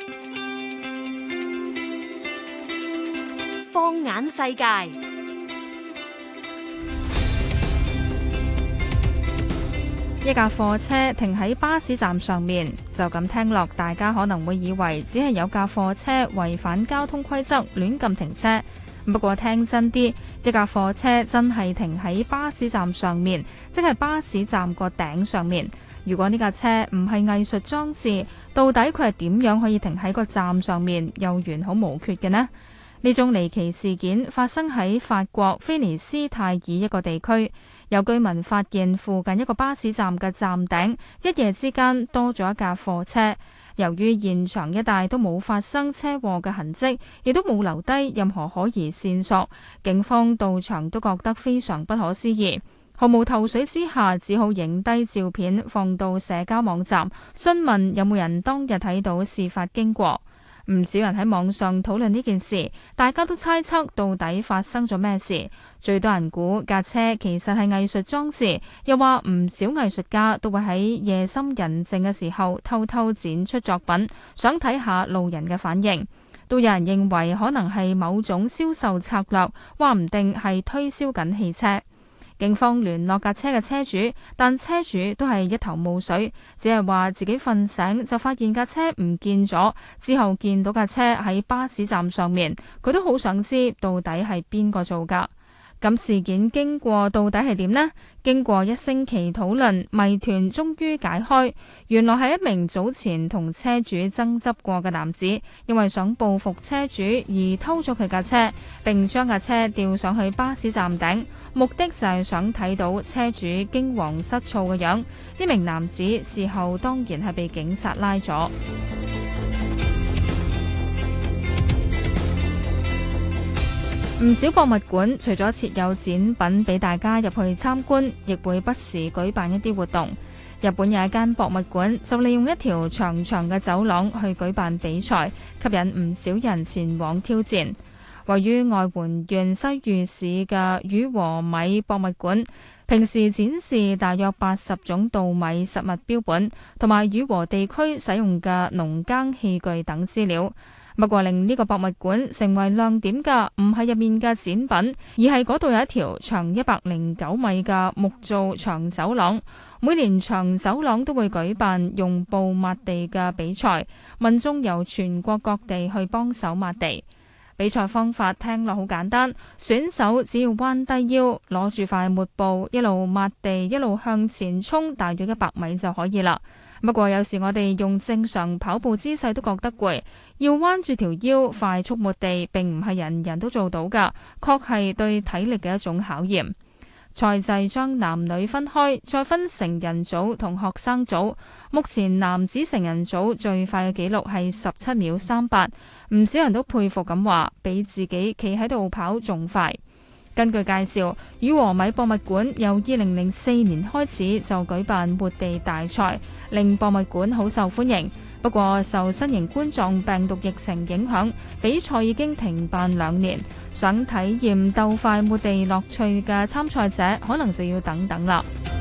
放眼世界， 一架貨車停喺巴士站上面，就咁聽落，大家可能會以為只係有架貨車違反交通規則亂咁停車。不過聽真啲，一架貨車真係停喺巴士站上面，即係巴士站個頂上面。如果呢架車唔係藝術裝置，到底佢係點樣可以停喺個站上面又完好無缺嘅呢？呢種離奇事件發生喺法國菲尼斯泰爾一個地區，有居民發現附近一個巴士站嘅站頂一夜之間多咗一架貨車。由於現場一帶都冇發生車禍嘅痕跡，亦都冇留低任何可疑線索，警方到場都覺得非常不可思議。毫無頭緒之下，只好影低照片放到社交網站，詢問有冇人當日睇到事發經過。唔少人喺網上討論呢件事，大家都猜測到底發生咗咩事。最多人估架車其實係藝術裝置，又話唔少藝術家都會喺夜深人靜嘅時候偷偷展出作品，想睇下路人嘅反應。都有人認為可能係某種銷售策略，話唔定係推銷緊汽車。警方聯絡架車嘅車主，但車主都係一頭霧水，只係話自己瞓醒就發現架車唔見咗，之後見到架車喺巴士站上面，佢都好想知到底係邊個做㗎。咁事件經過到底係點呢？經過一星期討論，謎團終於解開。原來係一名早前同車主爭執過嘅男子，因為想報復車主而偷咗佢架車，並將架車吊上去巴士站頂，目的就係想睇到車主驚惶失措嘅樣。呢名男子事後當然係被警察拉咗。唔少博物館除咗設有展品俾大家入去參觀，亦會不時舉辦一啲活動。日本有一間博物館就利用一條長長嘅走廊去舉辦比賽，吸引唔少人前往挑戰。位於愛媛縣西予市嘅宇和米博物館，平時展示大約80種稻米實物標本，同埋宇和地區使用嘅農耕器具等資料。不過令呢個博物館成為亮點嘅唔係入面嘅展品，而係嗰度有一條長109米嘅木造長走廊。每年長走廊都會舉辦用布抹地嘅比賽，民眾由全國各地去幫手抹地。比賽方法聽落好簡單，選手只要彎低腰，攞住塊抹布，一路抹地，一路向前衝，大約100米就可以啦。不過有時我哋用正常跑步姿勢都覺得攰，要彎住條腰快速抹地，並唔係人人都做到㗎，確係對體力嘅一種考驗。賽制將男女分開，再分成人組同學生組。目前男子成人組最快嘅紀錄係17秒38，唔少人都佩服咁話，比自己企喺度跑仲快。根據介紹，宇和米博物館由2004年開始就舉辦抹地大賽，令博物館好受歡迎。不過受新型冠狀病毒疫情影響，比賽已經停辦2年。想體驗鬥快抹地樂趣嘅參賽者，可能就要等等啦。